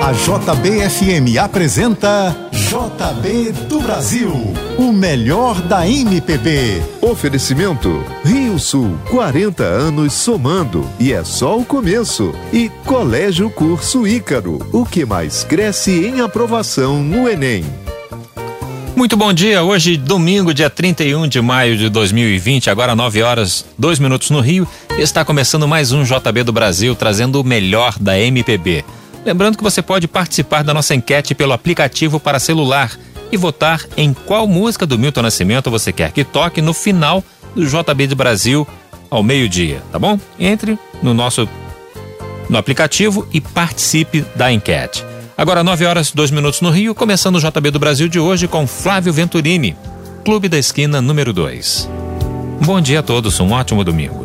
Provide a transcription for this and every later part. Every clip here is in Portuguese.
A JB-FM apresenta JB do Brasil, o melhor da MPB. Oferecimento Rio Sul, 40 anos somando, e é só o começo. E Colégio Curso Ícaro, o que mais cresce em aprovação no Enem. Muito bom dia, hoje domingo, dia 31 de maio de 2020, agora 9 horas, 2 minutos no Rio, está começando mais um JB do Brasil, trazendo o melhor da MPB. Lembrando que você pode participar da nossa enquete pelo aplicativo para celular e votar em qual música do Milton Nascimento você quer que toque no final do JB do Brasil ao meio-dia, tá bom? Entre no aplicativo e participe da enquete. Agora 9 horas, 2 minutos no Rio, começando o JB do Brasil de hoje com Flávio Venturini, Clube da Esquina número 2. Bom dia a todos, um ótimo domingo.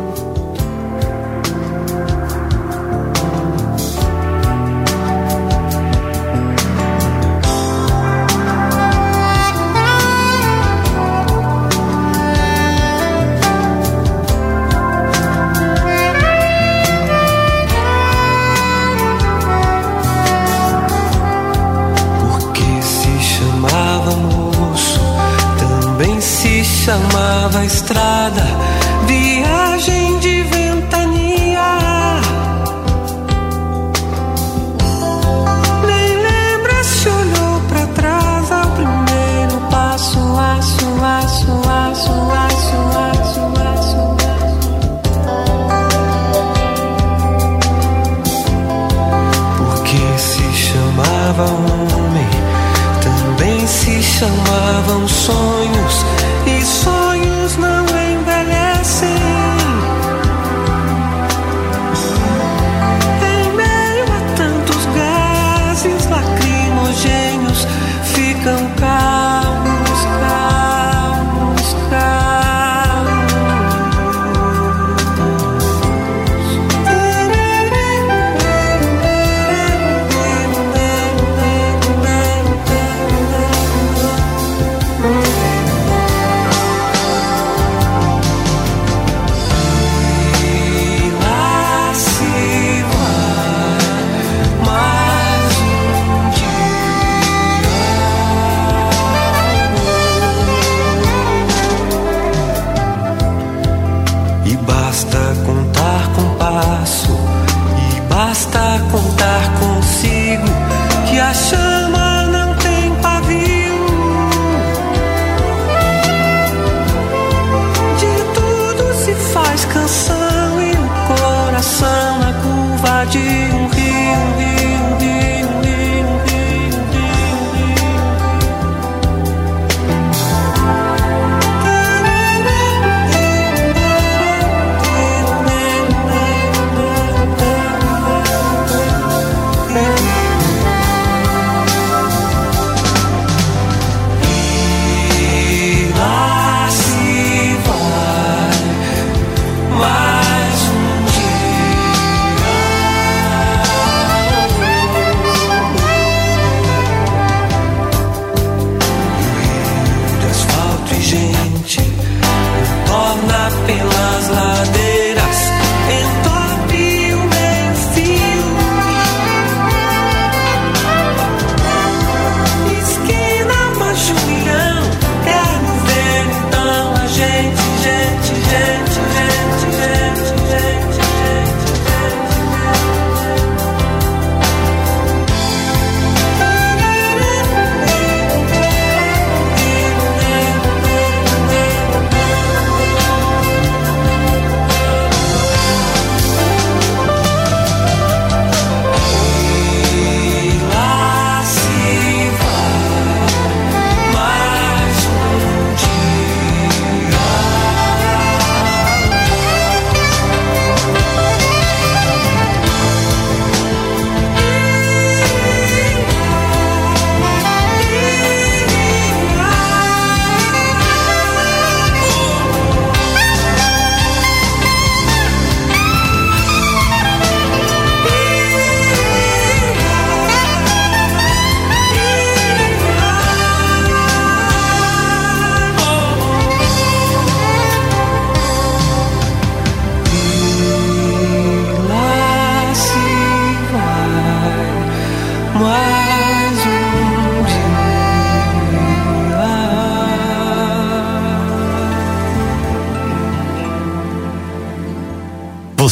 Chamava estrada, viagem de ventania. Nem lembra se olhou pra trás ao primeiro passo, aço, aço, aço, aço, aço, aço. Porque se chamava homem, também se chamavam sonhos. E sonhos não envelhecem. Em meio a tantos gases lacrimogêneos, ficam calmos, calmos, calmos. Basta contar consigo que a chama não tem pavio. De tudo se faz canção e o coração na curva de um rio, rio, rio, rio, rio, rio, rio. Mais um dia.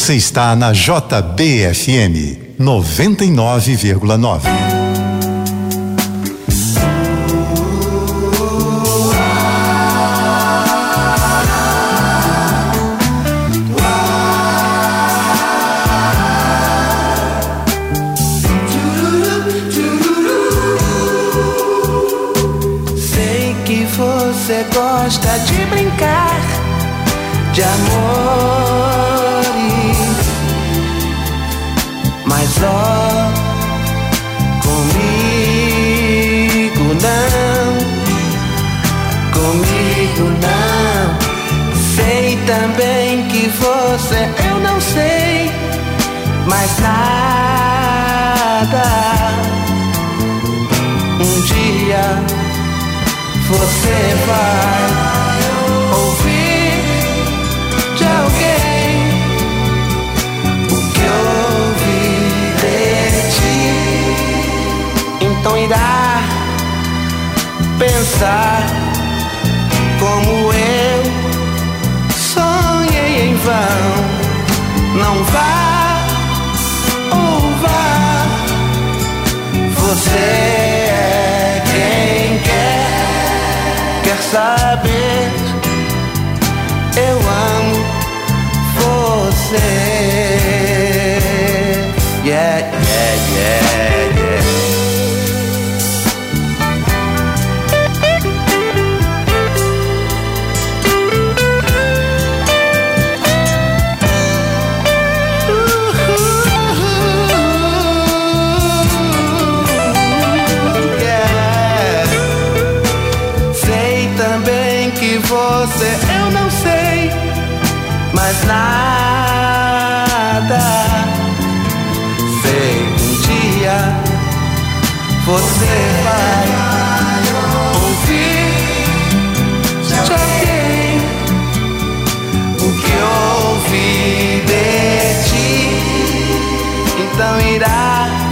Você está na JBFM 99,9. Sei que você gosta de brincar de amores, mas ó, comigo não. Sei também que você, eu não sei mais nada. Um dia você vai ouvir de alguém o que ouvi de ti. Então irá pensar como eu sonhei em vão. Não vá ou vá, você é quem quer saber. Eu amo você. Yeah, yeah, yeah, yeah. Yeah. Sei também que você, eu não sei mais nada. Sei um dia você vai ouvir de alguém o que ouvi de ti. Então irá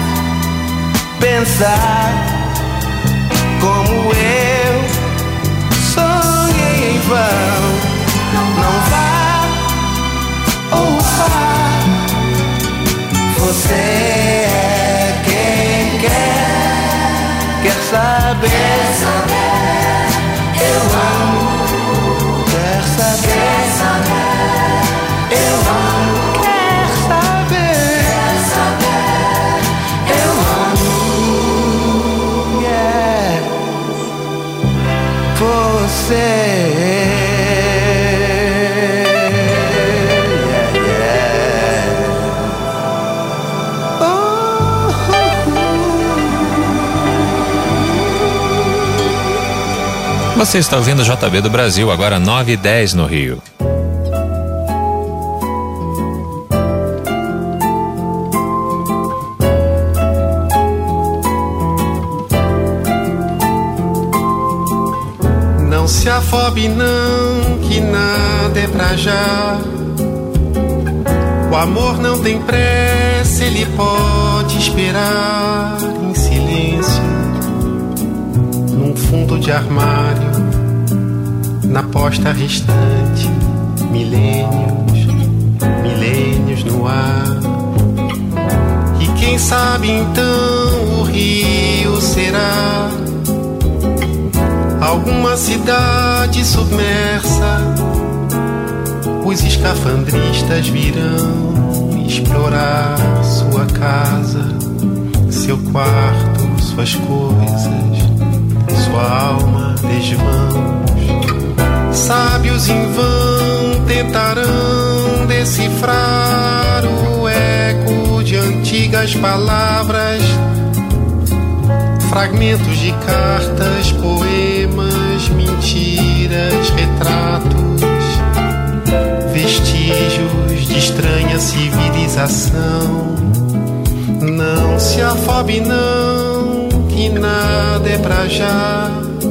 pensar como eu sonhei em vão. Não vá ou vá, você é quem quer saber. Eu amo, quer saber. Eu amo, quer saber. Eu amo, yeah, você. Você está ouvindo o JB do Brasil, agora 9h10 no Rio. Não se afobe não, que nada é pra já. O amor não tem pressa, ele pode esperar em silêncio, num fundo de armário, na posta restante, milênios no ar. E quem sabe então o rio será alguma cidade submersa. Os escafandristas virão explorar sua casa, seu quarto, suas coisas, sua alma desvãos. Sábios em vão tentarão decifrar o eco de antigas palavras, fragmentos de cartas, poemas, mentiras, retratos, vestígios de estranha civilização. Não se afobe não, que nada é pra já.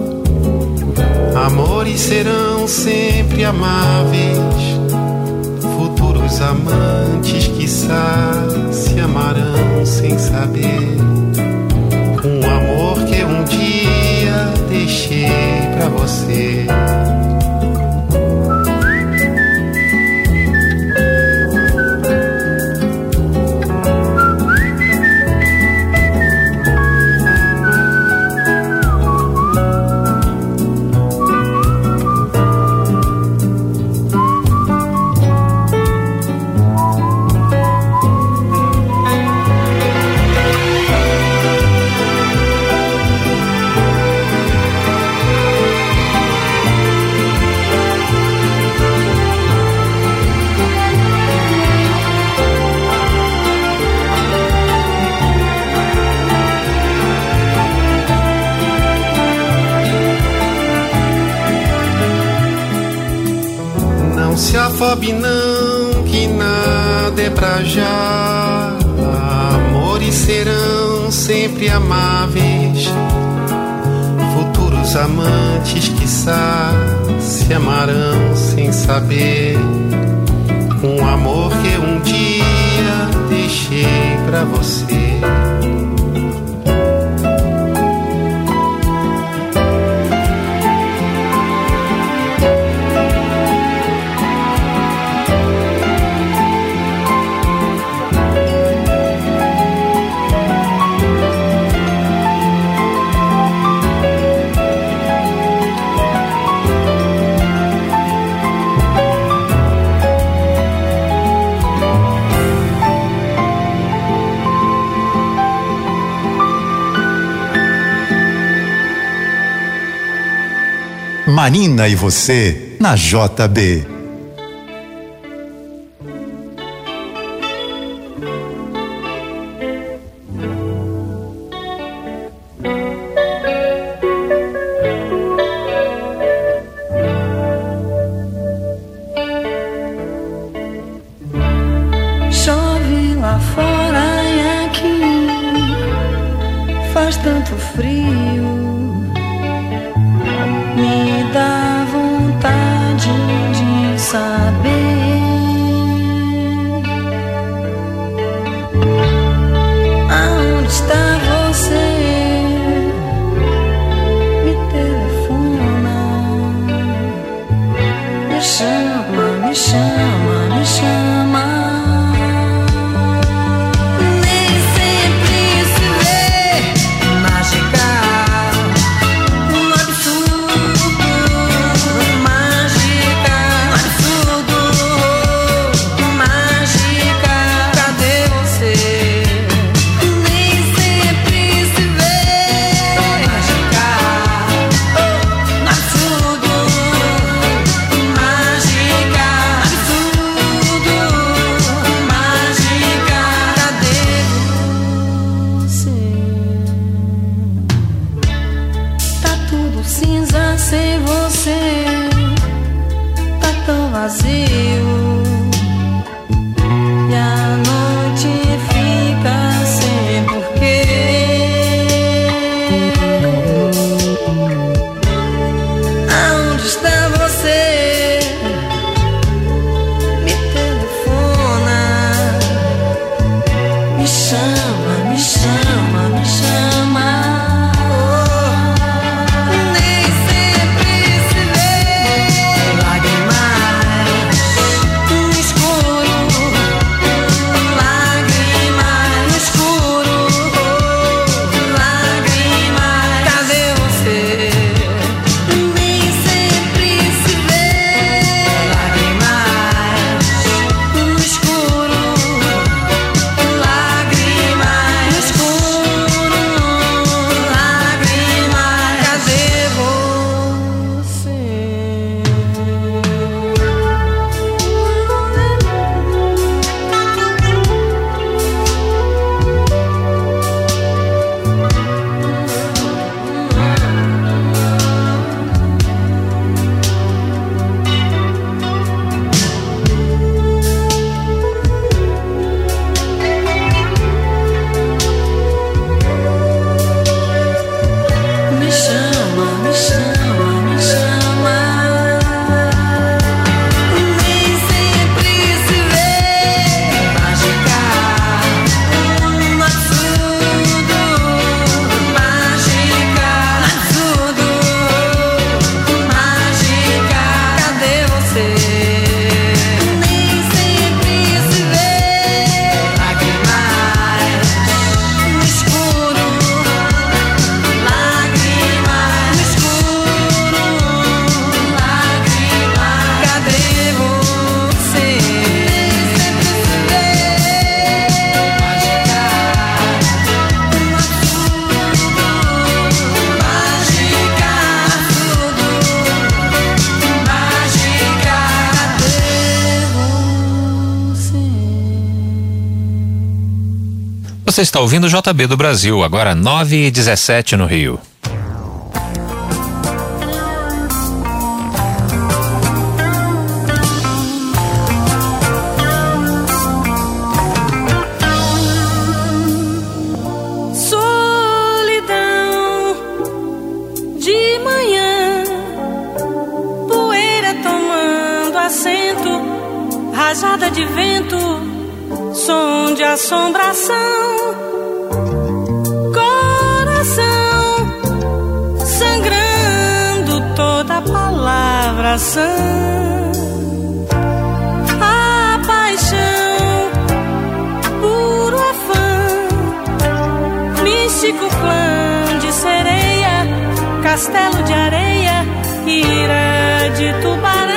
Amores serão sempre amáveis, futuros amantes, quiçá, se amarão sem saber. Um amor que um dia deixei pra você. sobe não, que nada é pra já. Amores serão sempre amáveis, futuros amantes, quiçá, se amarão sem saber. Um amor que um dia deixei pra você. Marina e você na JB. Chove lá fora e aqui faz tanto frio. Me dá vontade de saber aonde está você. Me telefona, me chama, me chama, me chama. Cinza sem você, tá tão vazio. E a noite fica sem porquê. Aonde está você? Me telefona, me chama, me chama, me chama. Você está ouvindo o JB do Brasil, agora 9h17 no Rio. rajada de vento, som de assombração, coração sangrando toda palavração. A paixão, puro afã, místico clã de sereia, castelo de areia, ira de tubarão.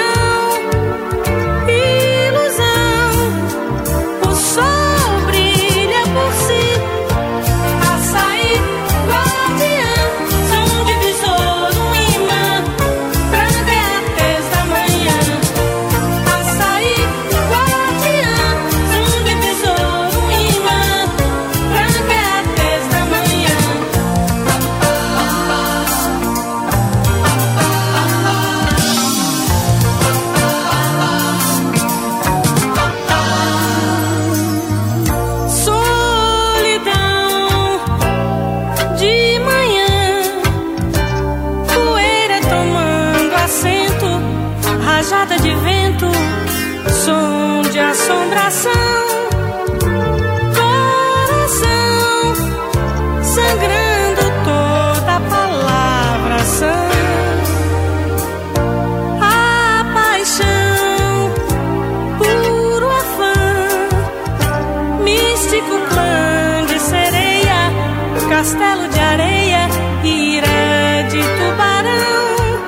Rajada de vento, som de assombração, coração sangrando toda palavração. A paixão, puro afã, místico clã de sereia, castelo de areia, ira de tubarão.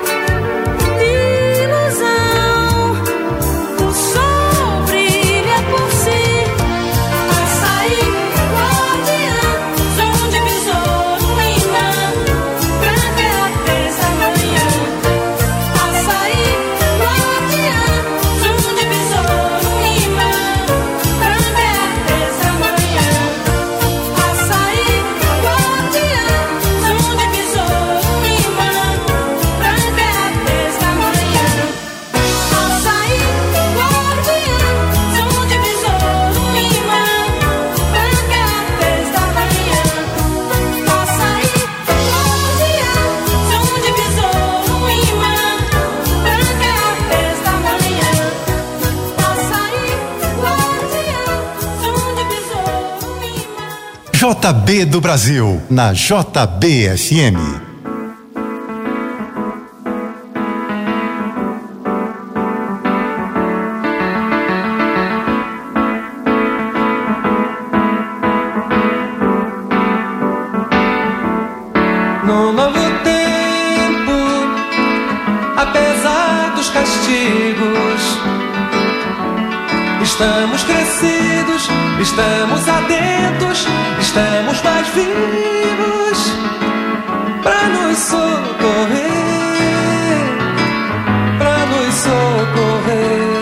JB do Brasil, na JBFM. No novo tempo, apesar dos castigos, estamos crescidos, estamos atentos, estamos mais vivos pra nos socorrer, pra nos socorrer,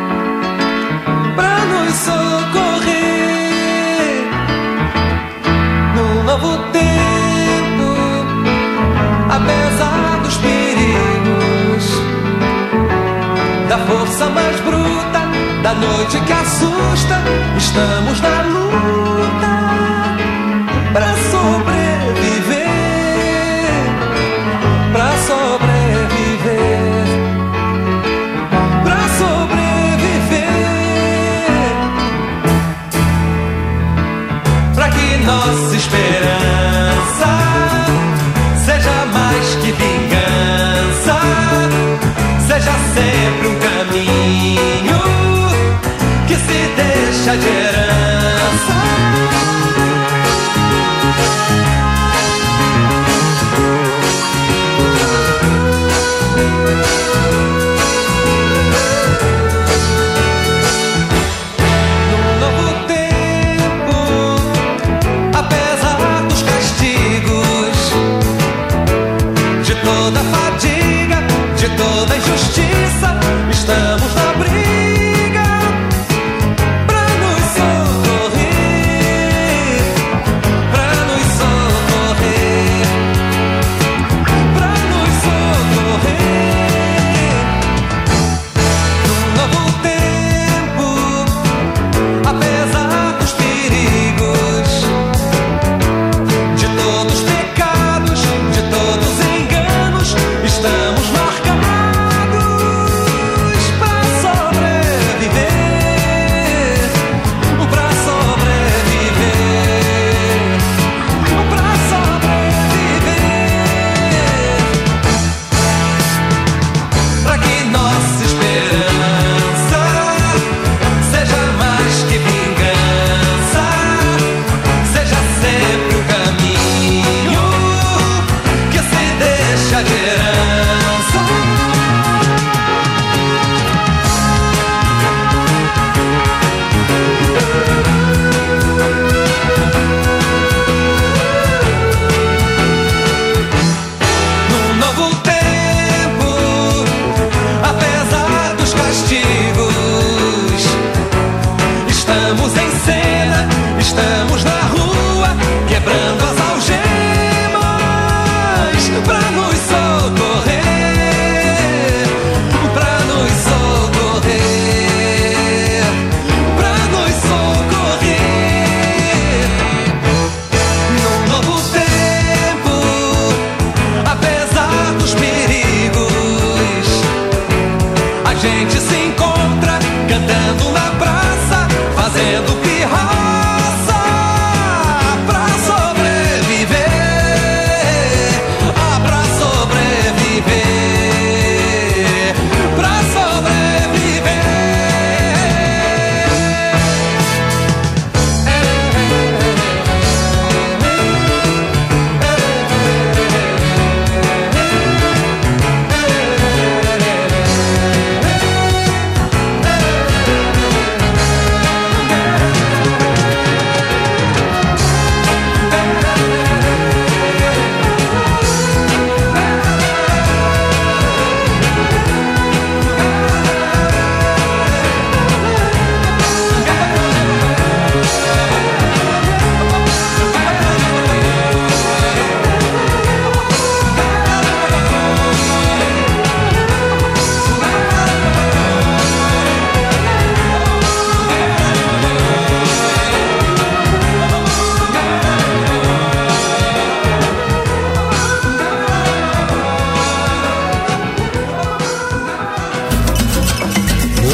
pra nos socorrer. No novo tempo, apesar dos perigos, da força mais bruta, da noite que assusta, estamos na luta pra sobreviver, pra sobreviver, pra sobreviver, pra que nossa esperança seja mais que vingança, seja sempre um caminho que se deixa de herança. Num novo tempo, apesar dos castigos, de toda fadiga, de toda injustiça, estamos na briga pra nos socorrer,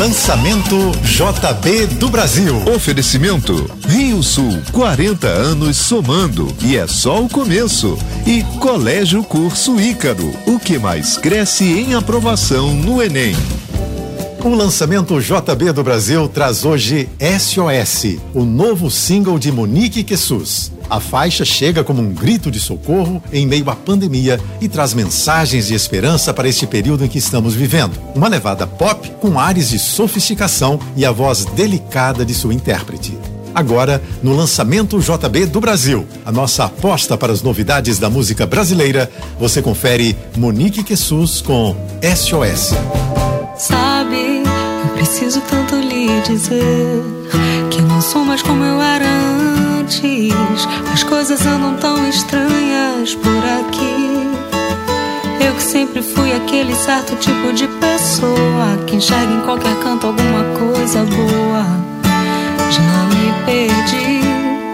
Lançamento JB do Brasil. Oferecimento Rio Sul, 40 anos somando e é só o começo. E Colégio Curso Ícaro, o que mais cresce em aprovação no Enem. O lançamento JB do Brasil traz hoje SOS, o novo single de Monique Quessus. A faixa chega como um grito de socorro em meio à pandemia e traz mensagens de esperança para este período em que estamos vivendo. Uma levada pop com ares de sofisticação e a voz delicada de sua intérprete. Agora, no lançamento JB do Brasil, a nossa aposta para as novidades da música brasileira, você confere Monique Quessus com SOS. Sabe, eu preciso tanto lhe dizer que eu não sou mais como eu era antes. As coisas andam tão estranhas por aqui. Eu que sempre fui aquele certo tipo de pessoa que enxerga em qualquer canto alguma coisa boa. Já me perdi.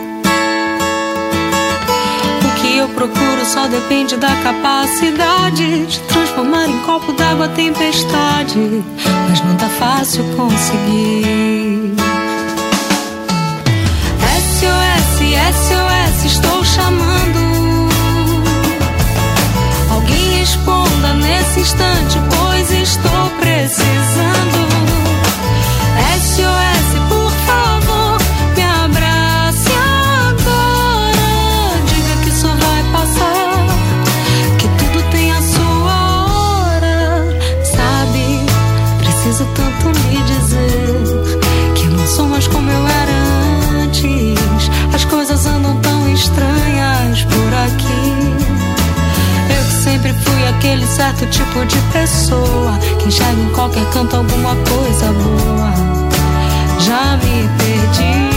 O que eu procuro só depende da capacidade de transformar em copo d'água a tempestade, mas não tá fácil conseguir. SOS, SOS, estou chamando. Alguém responda nesse instante, pois estou precisando. SOS, por favor, me abrace agora. Diga que só vai passar, que tudo tem a sua hora. Sabe, preciso tanto lhe dizer que eu não sou mais como eu era antes. As coisas andam tão estranhas por aqui. Eu que sempre fui aquele certo tipo de pessoa que enxerga em qualquer canto alguma coisa boa. Já me perdi.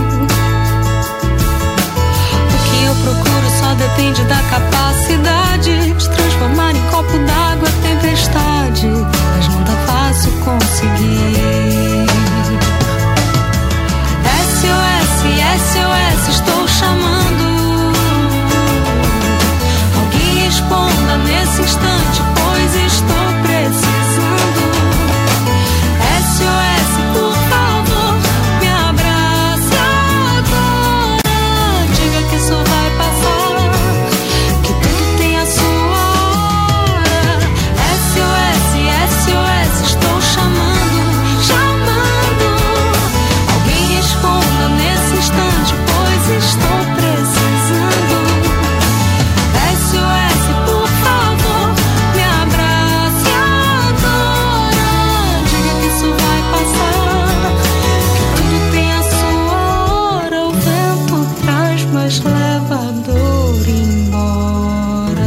O que eu procuro só depende da capacidade de transformar em copo d'água a tempestade, mas não tá fácil conseguir. SOS, SOS, estou chamando. Alguém responda nesse instante, pois estou precisando. SOS, por favor, me abrace agora. Diga que isso vai passar, que tudo tem a sua hora. SOS, SOS, estou chamando, chamando. Alguém responda nesse instante, pois estou precisando. SOS, por favor, me abrace agora. Diga que isso vai passar, que tudo tem a sua hora. O vento traz, mas leva a dor embora.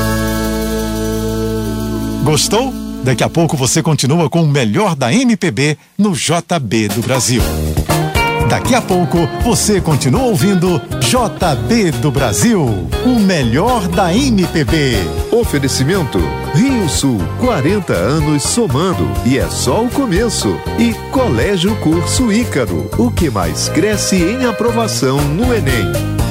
Gostou? Daqui a pouco você continua com o melhor da MPB no JB do Brasil. Daqui a pouco você continua ouvindo JB do Brasil, o melhor da MPB. Oferecimento Rio Sul, 40 anos somando e é só o começo. E Colégio Curso Ícaro, o que mais cresce em aprovação no Enem.